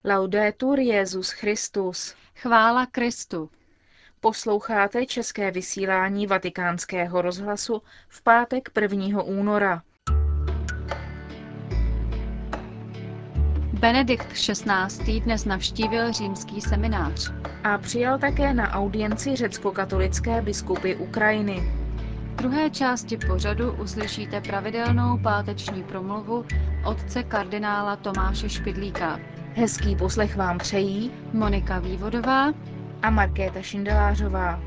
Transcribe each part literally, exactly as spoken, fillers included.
Laudetur Jesus Christus. Chvála Kristu. Posloucháte české vysílání Vatikánského rozhlasu v pátek prvního února. Benedikt šestnáctý. dnes navštívil římský seminář. A přijal také na audienci řecko-katolické biskupy Ukrajiny. V druhé části pořadu uslyšíte pravidelnou páteční promluvu otce kardinála Tomáše Špidlíka. Hezký poslech vám přejí Monika Vývodová a Markéta Šindelářová.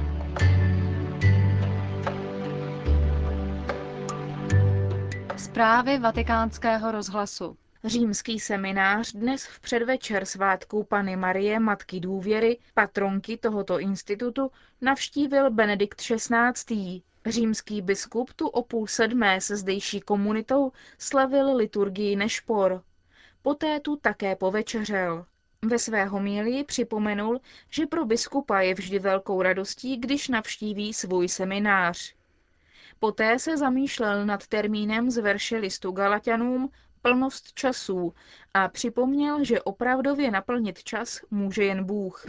Zprávy Vatikánského rozhlasu. Římský seminář dnes v předvečer svátku Panny Marie, Matky důvěry, patronky tohoto institutu, navštívil Benedikt šestnáctý. Římský biskup tu o půl sedmé se zdejší komunitou slavil liturgii Nešpor. Poté tu také povečeřel. Ve své homílii připomenul, že pro biskupa je vždy velkou radostí, když navštíví svůj seminář. Poté se zamýšlel nad termínem z verše listu Galatianům plnost časů a připomněl, že opravdově naplnit čas může jen Bůh.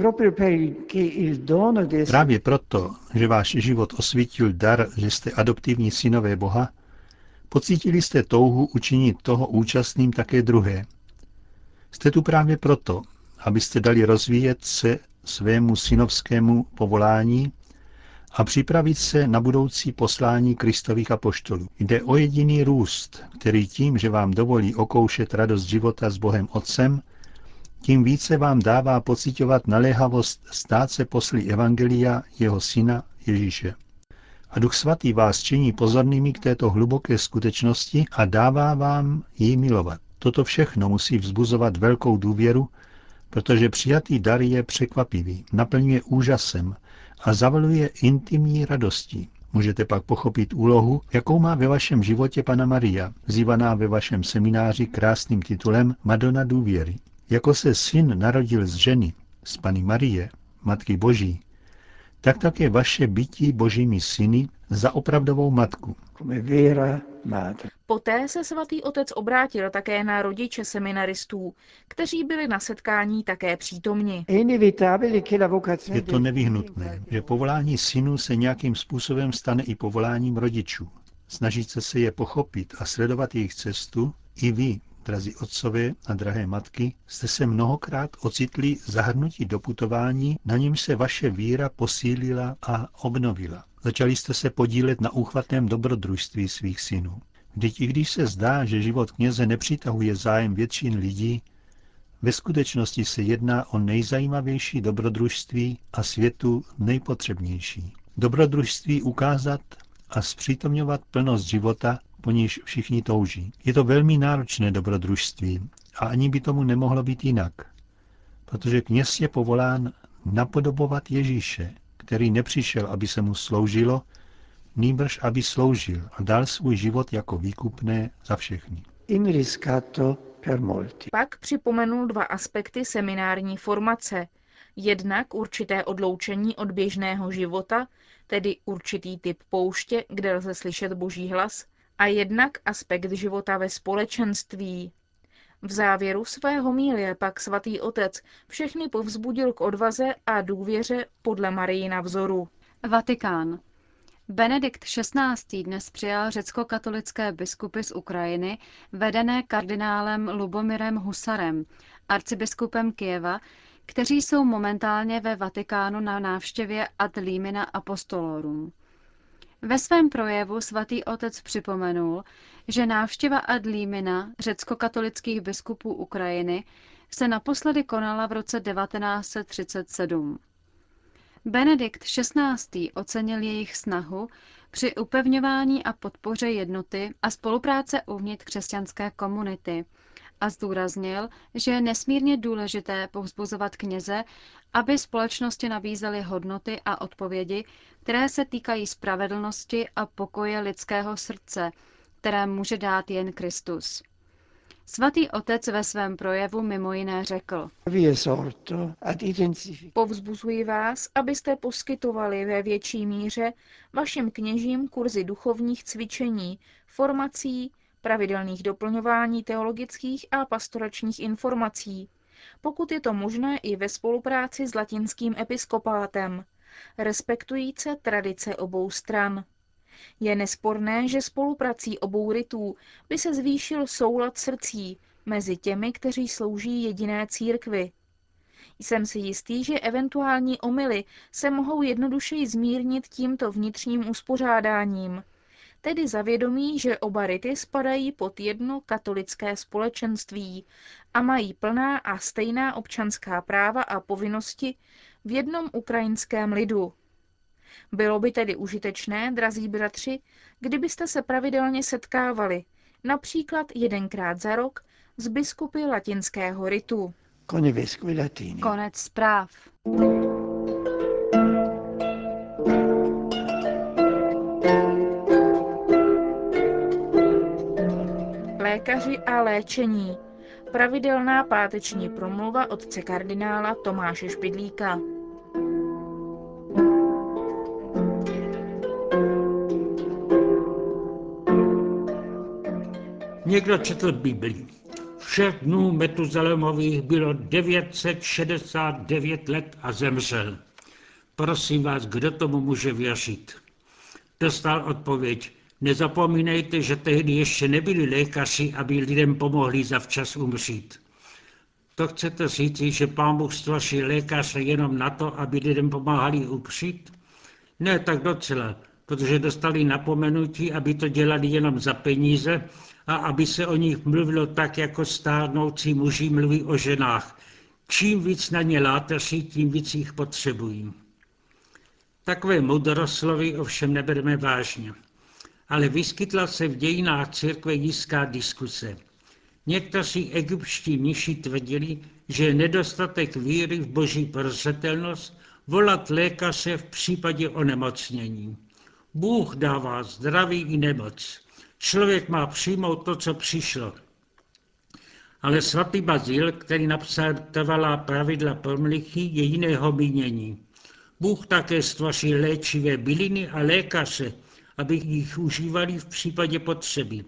Právě proto, že váš život osvítil dar, že jste adoptivní synové Boha, pocítili jste touhu učinit toho účastným také druhé. Jste tu právě proto, abyste dali rozvíjet se svému synovskému povolání a připravit se na budoucí poslání Kristových apoštolů. Jde o jediný růst, který tím, že vám dovolí okoušet radost života s Bohem Otcem, tím více vám dává pociťovat naléhavost stát se posly Evangelia jeho syna Ježíše. A Duch Svatý vás činí pozornými k této hluboké skutečnosti a dává vám ji milovat. Toto všechno musí vzbuzovat velkou důvěru, protože přijatý dar je překvapivý, naplňuje úžasem a zavaluje intimní radostí. Můžete pak pochopit úlohu, jakou má ve vašem životě Panna Maria, vzývaná ve vašem semináři krásným titulem Madonna důvěry. Jako se syn narodil z ženy, z Panny Marie, Matky Boží, tak také vaše bytí božími syny za opravdovou matku. Poté se svatý otec obrátil také na rodiče seminaristů, kteří byli na setkání také přítomni. Je to nevyhnutné, že povolání synů se nějakým způsobem stane i povoláním rodičů. Snažit se je pochopit a sledovat jejich cestu, i vy, drazí otcové a drahé matky, jste se mnohokrát ocitli zahrnutí do putování, na němž se vaše víra posílila a obnovila. Začali jste se podílet na úchvatném dobrodružství svých synů. Vždyť i když se zdá, že život kněze nepřitahuje zájem většin lidí, ve skutečnosti se jedná o nejzajímavější dobrodružství a světu nejpotřebnější. Dobrodružství ukázat a zpřítomňovat plnost života, po níž všichni touží. Je to velmi náročné dobrodružství a ani by tomu nemohlo být jinak, protože kněz je povolán napodobovat Ježíše, který nepřišel, aby se mu sloužilo, nýbrž aby sloužil a dal svůj život jako výkupné za všechny. Pak připomenul dva aspekty seminární formace. Jednak určité odloučení od běžného života, tedy určitý typ pouště, kde lze slyšet Boží hlas, a jednak aspekt života ve společenství. V závěru své homilie pak svatý otec všechny povzbudil k odvaze a důvěře podle Marijina vzoru. Vatikán. Benedikt šestnáctý. dnes přijal řecko-katolické biskupy z Ukrajiny, vedené kardinálem Lubomirem Husarem, arcibiskupem Kyjeva, kteří jsou momentálně ve Vatikánu na návštěvě ad limina apostolorum. Ve svém projevu svatý otec připomenul, že návštěva ad limina řecko-katolických biskupů Ukrajiny se naposledy konala v roce devatenáct set třicet sedm. Benedikt šestnáctý. ocenil jejich snahu při upevňování a podpoře jednoty a spolupráce uvnitř křesťanské komunity a zdůraznil, že je nesmírně důležité povzbuzovat kněze, aby společnosti nabízely hodnoty a odpovědi, které se týkají spravedlnosti a pokoje lidského srdce, které může dát jen Kristus. Svatý otec ve svém projevu mimo jiné řekl: Povzbuzuji vás, abyste poskytovali ve větší míře vašim kněžím kurzy duchovních cvičení, formací, pravidelných doplňování teologických a pastoračních informací, pokud je to možné i ve spolupráci s latinským episkopátem, respektujíce tradice obou stran. Je nesporné, že spoluprací obou rytů by se zvýšil soulad srdcí mezi těmi, kteří slouží jediné církvi. Jsem si jistý, že eventuální omyly se mohou jednodušeji zmírnit tímto vnitřním uspořádáním, tedy zavědomí, že oba rity spadají pod jedno katolické společenství a mají plná a stejná občanská práva a povinnosti v jednom ukrajinském lidu. Bylo by tedy užitečné, drazí bratři, kdybyste se pravidelně setkávali, například jedenkrát za rok, s biskupy latinského ritu. Konec zpráv. Lékaři a léčení. Pravidelná páteční promluva otce kardinála Tomáše Špidlíka. Někdo četl Biblii. Všech dnů Metuzalémových bylo devět set šedesát devět let a zemřel. Prosím vás, kdo tomu může věřit? Dostal odpověď. Nezapomínejte, že tehdy ještě nebyli lékaři, aby lidem pomohli zavčas umřít. To chcete říci, že Pán Bůh stvořil lékaře jenom na to, aby lidem pomáhali umřít? Ne, tak docela, protože dostali napomenutí, aby to dělali jenom za peníze a aby se o nich mluvilo tak, jako stárnoucí muži mluví o ženách. Čím víc na ně láteří, tím víc jich potřebují. Takové moudroslovy ovšem nebereme vážně. Ale vyskytla se v dějinách církve jiská diskuse. Někteří egyptští mniši tvrdili, že je nedostatek víry v boží prozřetelnost volat lékaře v případě onemocnění. Bůh dává zdraví i nemoc. Člověk má přijmout to, co přišlo. Ale svatý Bazil, který napsal trvalá pravidla promluvy, je jiného mínění. Bůh také stvořil léčivé byliny a lékaře, aby jich užívali v případě potřeby.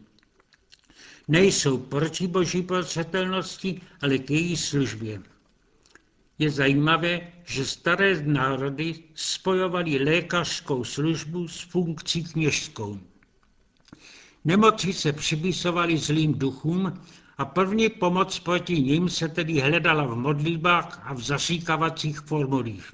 Nejsou proti boží prozřetelnosti, ale k její službě. Je zajímavé, že staré národy spojovaly lékařskou službu s funkcí kněžskou. Nemoci se připisovaly zlým duchům a první pomoc proti nim se tedy hledala v modlitbách a v zaříkavacích formulích.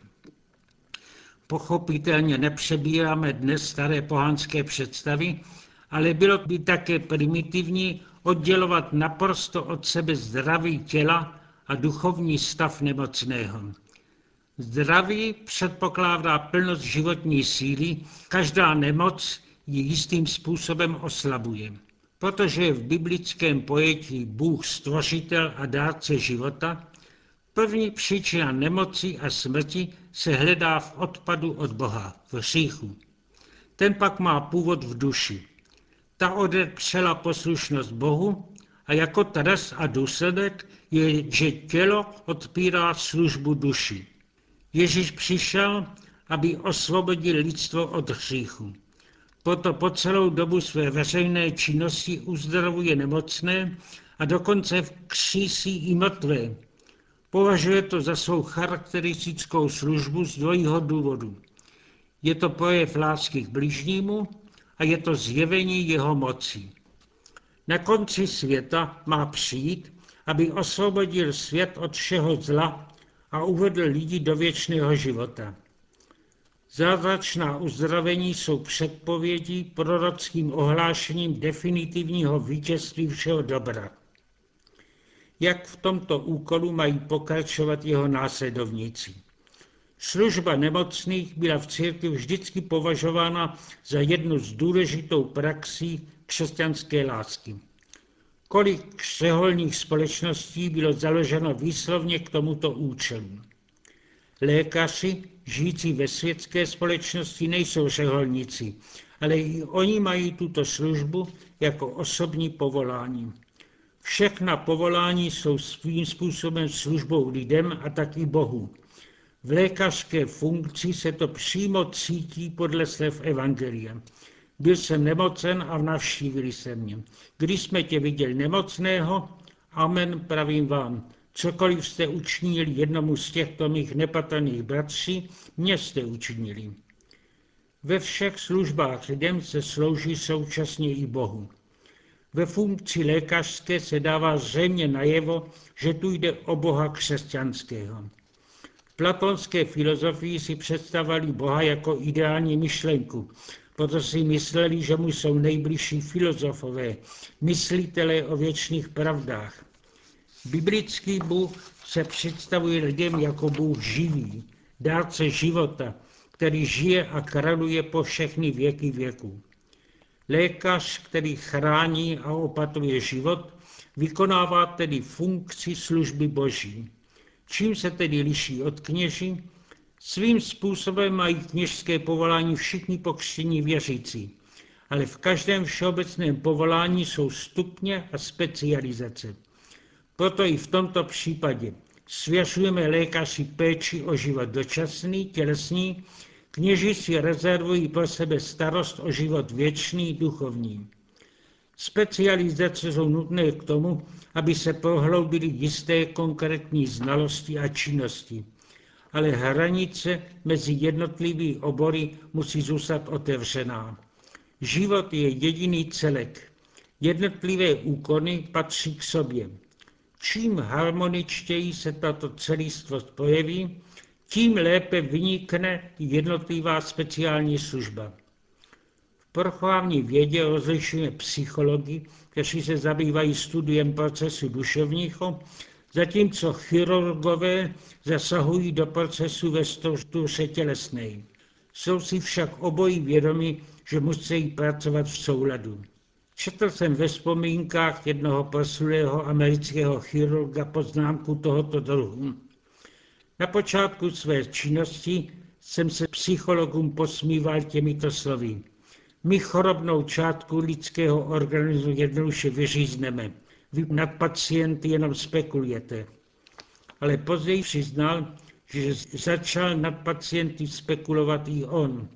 Pochopitelně nepřebíráme dnes staré pohanské představy, ale bylo by také primitivní oddělovat naprosto od sebe zdraví těla a duchovní stav nemocného. Zdraví předpokládá plnost životní síly, každá nemoc ji jistým způsobem oslabuje. Protože je v biblickém pojetí Bůh stvořitel a dárce života, první příčina nemoci a smrti se hledá v odpadu od Boha, v hříchu. Ten pak má původ v duši. Ta odepřela poslušnost Bohu a jako trest a důsledek je, že tělo odpírá službu duši. Ježíš přišel, aby osvobodil lidstvo od hříchu. Proto po celou dobu své veřejné činnosti uzdravuje nemocné a dokonce vzkřísí i mrtvé. Považuje to za svou charakteristickou službu z dvojího důvodu. Je to projev lásky k bližnímu a je to zjevení jeho moci. Na konci světa má přijít, aby osvobodil svět od všeho zla a uvedl lidi do věčného života. Zázračná uzdravení jsou předpovědí prorockým ohlášením definitivního vítězství všeho dobra. Jak v tomto úkolu mají pokračovat jeho následovníci? Služba nemocných byla v církvi vždycky považována za jednu z důležitou praxí křesťanské lásky. Kolik řeholních společností bylo založeno výslovně k tomuto účelu. Lékaři, žijící ve světské společnosti, nejsou řeholníci, ale i oni mají tuto službu jako osobní povolání. Všechna povolání jsou svým způsobem službou lidem a taky Bohu. V lékařské funkci se to přímo cítí podle slov evangelia. Byl jsem nemocen a navštívili se mě. Když jsme tě viděli nemocného, amen, pravím vám, Cokoliv jste učinili jednomu z těchto mých nepatrných bratří, mě jste učinili. Ve všech službách lidem se slouží současně i Bohu. Ve funkci lékařské se dává zřejmě najevo, že tu jde o Boha křesťanského. V platonské filozofii si představovali Boha jako ideální myšlenku, proto si mysleli, že mu jsou nejbližší filozofové, myslitelé o věčných pravdách. Biblický Bůh se představuje lidem jako Bůh živý, dárce života, který žije a králuje po všechny věky věků. Lékař, který chrání a opatruje život, vykonává tedy funkci služby Boží. Čím se tedy liší od kněží? Svým způsobem mají kněžské povolání všichni pokřtění věřící, ale v každém všeobecném povolání jsou stupně a specializace. Proto i v tomto případě svěřujeme lékaři péči o život dočasný, tělesný, kněži si rezervují pro sebe starost o život věčný, duchovní. Specializace jsou nutné k tomu, aby se prohloubily jisté konkrétní znalosti a činnosti. Ale hranice mezi jednotlivými obory musí zůstat otevřená. Život je jediný celek. Jednotlivé úkony patří k sobě. Čím harmoničtěji se tato celistvost projeví, tím lépe vynikne jednotlivá speciální služba. V procházní vědě rozlišujeme psychologi, kteří se zabývají studiem procesu duševního, zatímco chirurgové zasahují do procesu ve struktuře tělesné. Jsou si však obojí vědomi, že musí pracovat v souladu. Četl jsem ve vzpomínkách jednoho proslulého amerického chirurga poznámku tohoto druhu. Na počátku své činnosti jsem se psychologům posmíval těmito slovy. My chorobnou částku lidského organismu jednoduše vyřízneme. Vy nad pacienty jenom spekulujete. Ale později přiznal, že začal nad pacienty spekulovat i on.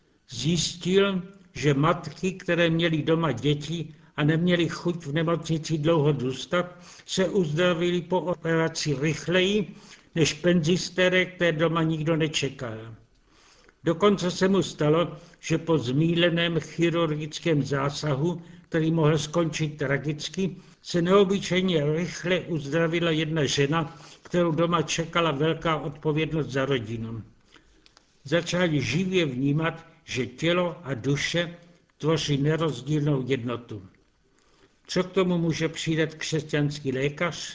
Zjistil, že matky, které měly doma děti a neměly chuť v nemocnici dlouho zůstat, se uzdravily po operaci rychleji, než penzisté, které doma nikdo nečekal. Dokonce se mu stalo, že po zmýleném chirurgickém zásahu, který mohl skončit tragicky, se neobyčejně rychle uzdravila jedna žena, kterou doma čekala velká odpovědnost za rodinu. Začali živě vnímat, že tělo a duše tvoří nerozdílnou jednotu. Co k tomu může přidat křesťanský lékař?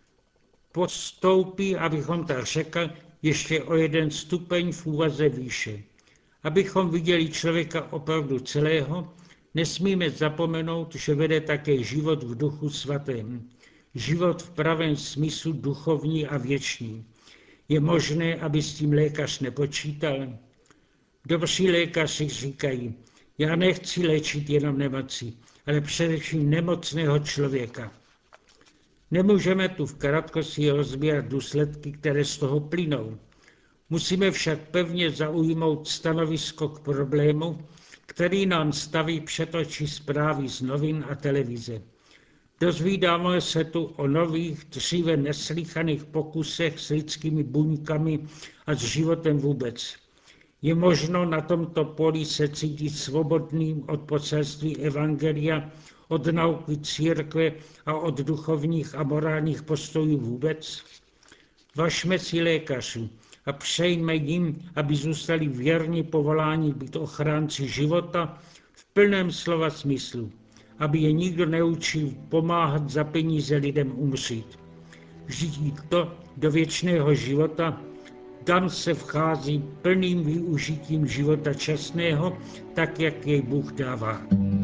Postoupí, abychom tak řekl, ještě o jeden stupeň v úvaze výše. Abychom viděli člověka opravdu celého, nesmíme zapomenout, že vede také život v duchu svatém. Život v pravém smyslu duchovní a věčný. Je možné, aby s tím lékař nepočítal? Dobří lékaři říkají, já nechci léčit jenom nemoci, ale především nemocného člověka. Nemůžeme tu v krátkosti rozbírat důsledky, které z toho plynou. Musíme však pevně zaujmout stanovisko k problému, který nám staví před oči zprávy z novin a televize. Dozvídáme se tu o nových, dříve neslýchaných pokusech s lidskými buňkami a s životem vůbec. Je možno na tomto poli se cítit svobodným od poselství evangelia, od nauky církve a od duchovních a morálních postojů vůbec? Važme si lékařů a přejme jim, aby zůstali věrni povolání být ochránci života v plném slova smyslu, aby je nikdo neučil pomáhat za peníze lidem umřít. Vždyť to do věčného života, tam se vchází plným využitím života časného, tak jak jej Bůh dává.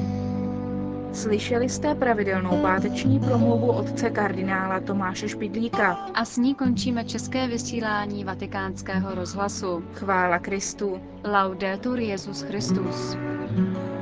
Slyšeli jste pravidelnou páteční promluvu otce kardinála Tomáše Špidlíka. A s ní končíme české vysílání Vatikánského rozhlasu. Chvála Kristu. Laudetur Jesus Christus.